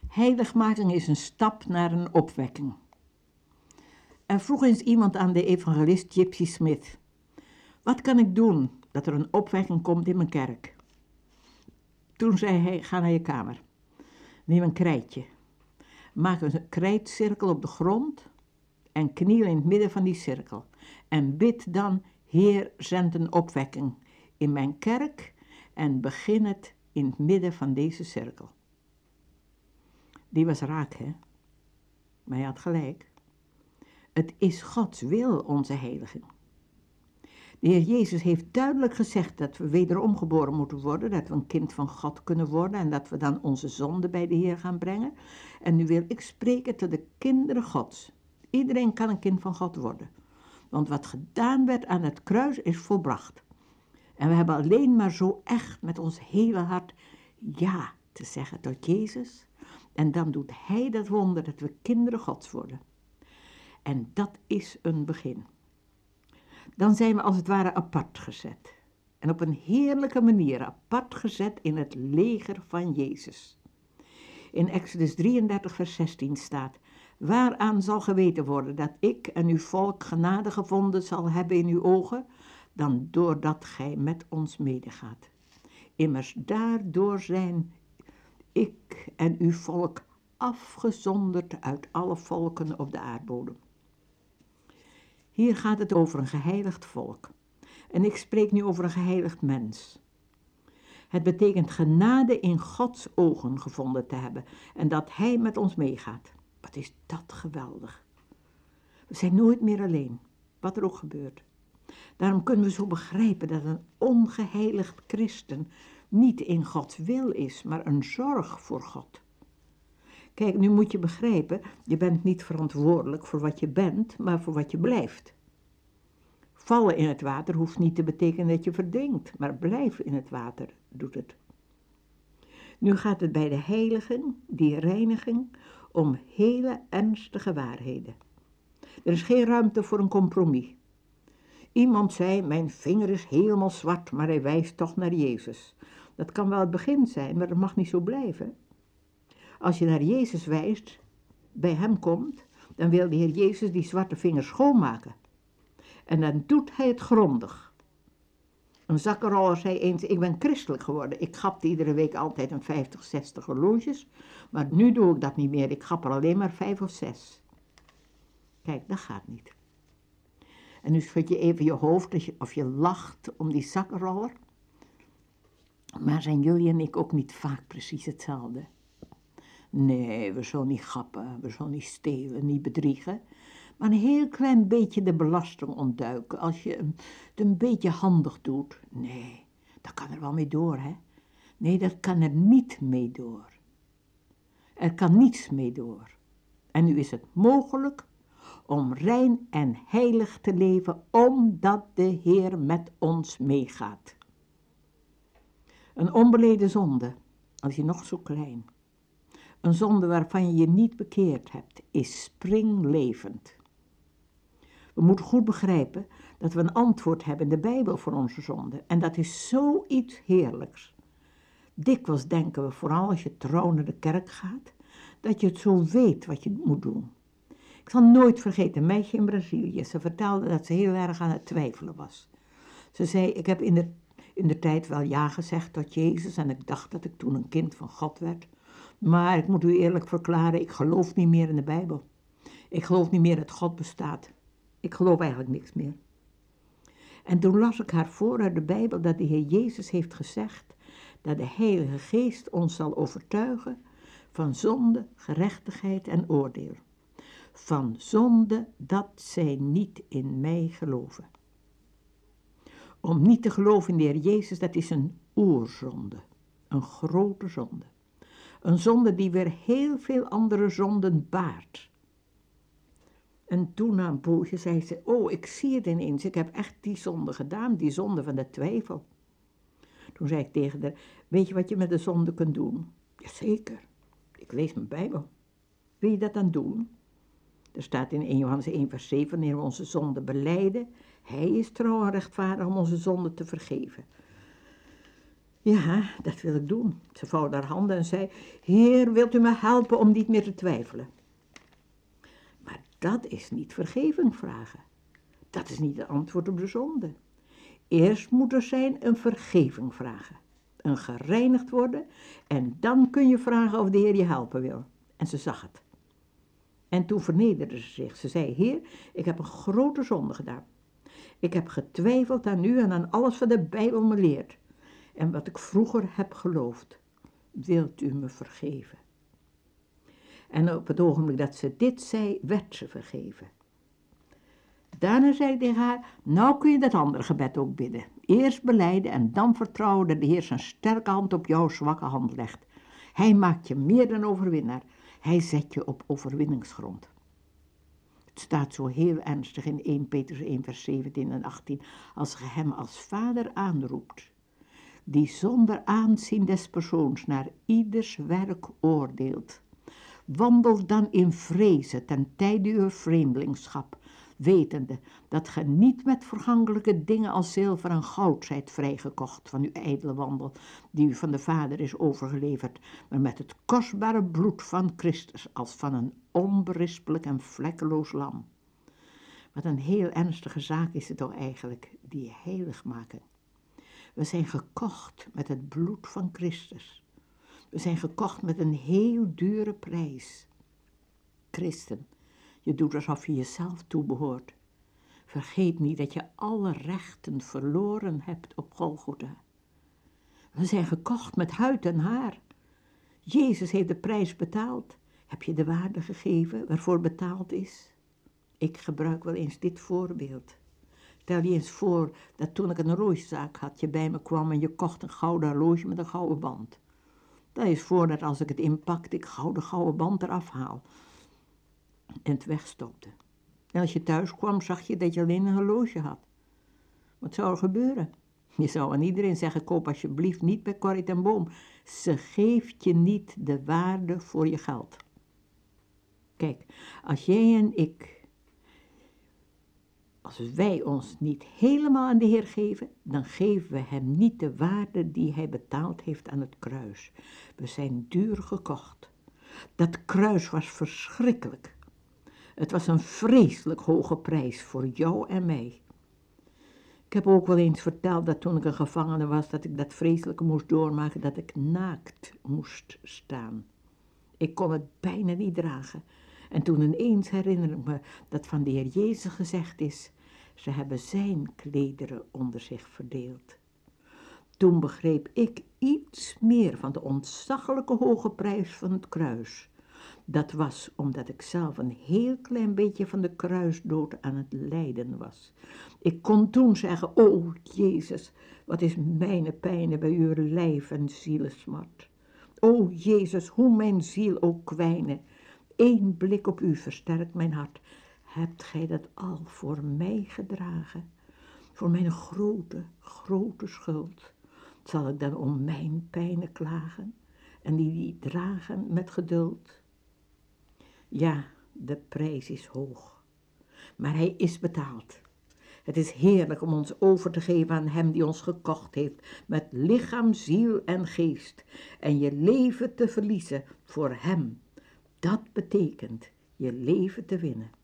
Heiligmaking is een stap naar een opwekking. Er vroeg eens iemand aan de evangelist Gypsy Smith: wat kan ik doen dat er een opwekking komt in mijn kerk? Toen zei hij: ga naar je kamer. Neem een krijtje. Maak een krijtcirkel op de grond en kniel in het midden van die cirkel. En bid dan: Heer, zend een opwekking in mijn kerk en begin het in het midden van deze cirkel. Die was raak, hè? Maar hij had gelijk. Het is Gods wil, onze heiliging. De Heer Jezus heeft duidelijk gezegd dat we wederom geboren moeten worden, dat we een kind van God kunnen worden en dat we dan onze zonde bij de Heer gaan brengen. En nu wil ik spreken tot de kinderen Gods. Iedereen kan een kind van God worden. Want wat gedaan werd aan het kruis is volbracht. En we hebben alleen maar zo echt met ons hele hart ja te zeggen tot Jezus. En dan doet Hij dat wonder dat we kinderen Gods worden. En dat is een begin. Dan zijn we als het ware apart gezet. En op een heerlijke manier apart gezet in het leger van Jezus. In Exodus 33 vers 16 staat: waaraan zal geweten worden dat ik en uw volk genade gevonden zal hebben in uw ogen, dan doordat gij met ons medegaat. Immers daardoor zijn ik en uw volk afgezonderd uit alle volken op de aardbodem. Hier gaat het over een geheiligd volk. En ik spreek nu over een geheiligd mens. Het betekent genade in Gods ogen gevonden te hebben en dat Hij met ons meegaat. Wat is dat geweldig. We zijn nooit meer alleen, wat er ook gebeurt. Daarom kunnen we zo begrijpen dat een ongeheiligd christen niet in Gods wil is, maar een zorg voor God. Kijk, nu moet je begrijpen, je bent niet verantwoordelijk voor wat je bent, maar voor wat je blijft. Vallen in het water hoeft niet te betekenen dat je verdrinkt, maar blijf in het water doet het. Nu gaat het bij de heiligen, die reiniging, om hele ernstige waarheden. Er is geen ruimte voor een compromis. Iemand zei: mijn vinger is helemaal zwart, maar hij wijst toch naar Jezus. Dat kan wel het begin zijn, maar dat mag niet zo blijven. Als je naar Jezus wijst, bij hem komt, dan wil de Heer Jezus die zwarte vinger schoonmaken. En dan doet hij het grondig. Een zakkenroller zei eens: ik ben christelijk geworden. Ik gapte iedere week altijd een 50, 60 horloges. Maar nu doe ik dat niet meer. Ik gap er alleen maar 5 of 6. Kijk, dat gaat niet. En nu schud je even je hoofd of je lacht om die zakkenroller. Maar zijn jullie en ik ook niet vaak precies hetzelfde? Nee, we zullen niet gappen, we zullen niet stelen, niet bedriegen. Maar een heel klein beetje de belasting ontduiken. Als je het een beetje handig doet. Nee, dat kan er wel mee door, hè? Nee, dat kan er niet mee door. Er kan niets mee door. En nu is het mogelijk om rein en heilig te leven, omdat de Heer met ons meegaat. Een onbeleden zonde, als je nog zo klein. Een zonde waarvan je je niet bekeerd hebt, is springlevend. We moeten goed begrijpen dat we een antwoord hebben in de Bijbel voor onze zonde. En dat is zoiets heerlijks. Dikwijls denken we, vooral als je trouw naar de kerk gaat, dat je het zo weet wat je moet doen. Ik zal nooit vergeten, een meisje in Brazilië. Ze vertelde dat ze heel erg aan het twijfelen was. Ze zei: ik heb in de tijd wel ja gezegd tot Jezus en ik dacht dat ik toen een kind van God werd. Maar ik moet u eerlijk verklaren, ik geloof niet meer in de Bijbel. Ik geloof niet meer dat God bestaat. Ik geloof eigenlijk niks meer. En toen las ik haar voor uit de Bijbel dat de Heer Jezus heeft gezegd dat de Heilige Geest ons zal overtuigen van zonde, gerechtigheid en oordeel. Van zonde dat zij niet in mij geloven. Om niet te geloven in de Heer Jezus, dat is een oerzonde. Een grote zonde. Een zonde die weer heel veel andere zonden baart. En toen na een poosje zei ze: oh, ik zie het ineens, ik heb echt die zonde gedaan, die zonde van de twijfel. Toen zei ik tegen haar: weet je wat je met de zonde kunt doen? Jazeker, ik lees mijn Bijbel. Wil je dat dan doen? Er staat in 1 Johannes 1 vers 7, wanneer we onze zonde belijden, Hij is trouw en rechtvaardig om onze zonde te vergeven. Ja, dat wil ik doen. Ze vouwde haar handen en zei, Heer, wilt u me helpen om niet meer te twijfelen? Maar dat is niet vergeving vragen. Dat is niet het antwoord op de zonde. Eerst moet er zijn een vergeving vragen. Een gereinigd worden en dan kun je vragen of de Heer je helpen wil. En ze zag het. En toen vernederde ze zich. Ze zei, Heer, ik heb een grote zonde gedaan. Ik heb getwijfeld aan u en aan alles wat de Bijbel me leert. En wat ik vroeger heb geloofd. Wilt u me vergeven? En op het ogenblik dat ze dit zei, werd ze vergeven. Daarna zei ik tegen haar, nou kun je dat andere gebed ook bidden. Eerst belijden en dan vertrouwen dat de Heer zijn sterke hand op jouw zwakke hand legt. Hij maakt je meer dan overwinnaar. Hij zet je op overwinningsgrond. Het staat zo heel ernstig in 1 Petrus 1 vers 17 en 18. Als ge hem als vader aanroept, die zonder aanzien des persoons naar ieders werk oordeelt. Wandel dan in vrezen ten tijde uw vreemdelingschap, wetende dat ge niet met vergankelijke dingen als zilver en goud zijt vrijgekocht van uw ijdele wandel, die u van de Vader is overgeleverd, maar met het kostbare bloed van Christus, als van een onberispelijk en vlekkeloos lam. Wat een heel ernstige zaak is het toch eigenlijk, die heiligmaking. We zijn gekocht met het bloed van Christus. We zijn gekocht met een heel dure prijs. Christen, je doet alsof je jezelf toebehoort. Vergeet niet dat je alle rechten verloren hebt op Golgotha. We zijn gekocht met huid en haar. Jezus heeft de prijs betaald. Heb je de waarde gegeven waarvoor betaald is? Ik gebruik wel eens dit voorbeeld. Stel je eens voor dat toen ik een horlogezaak had, je bij me kwam en je kocht een gouden horloge met een gouden band. Dat is voordat als ik het inpakte, ik gauw de gouden band eraf haal en het wegstopte. En als je thuis kwam, zag je dat je alleen een horloge had. Wat zou er gebeuren? Je zou aan iedereen zeggen, koop alsjeblieft niet bij Corrie ten Boom. Ze geeft je niet de waarde voor je geld. Kijk, als jij en ik, als wij ons niet helemaal aan de Heer geven, dan geven we hem niet de waarde die hij betaald heeft aan het kruis. We zijn duur gekocht. Dat kruis was verschrikkelijk. Het was een vreselijk hoge prijs voor jou en mij. Ik heb ook wel eens verteld dat toen ik een gevangene was, dat ik dat vreselijke moest doormaken, dat ik naakt moest staan. Ik kon het bijna niet dragen. En toen ineens herinner ik me dat van de Heer Jezus gezegd is, ze hebben zijn klederen onder zich verdeeld. Toen begreep ik iets meer van de ontzaglijke hoge prijs van het kruis. Dat was omdat ik zelf een heel klein beetje van de kruisdood aan het lijden was. Ik kon toen zeggen, o Jezus, wat is mijn pijn bij uw lijf en zielesmart. O Jezus, hoe mijn ziel ook kwijne. Eén blik op u versterkt mijn hart. Hebt gij dat al voor mij gedragen? Voor mijn grote, grote schuld. Zal ik dan om mijn pijnen klagen en die dragen met geduld? Ja, de prijs is hoog, maar hij is betaald. Het is heerlijk om ons over te geven aan hem die ons gekocht heeft, met lichaam, ziel en geest, en je leven te verliezen voor hem. Dat betekent je leven te winnen.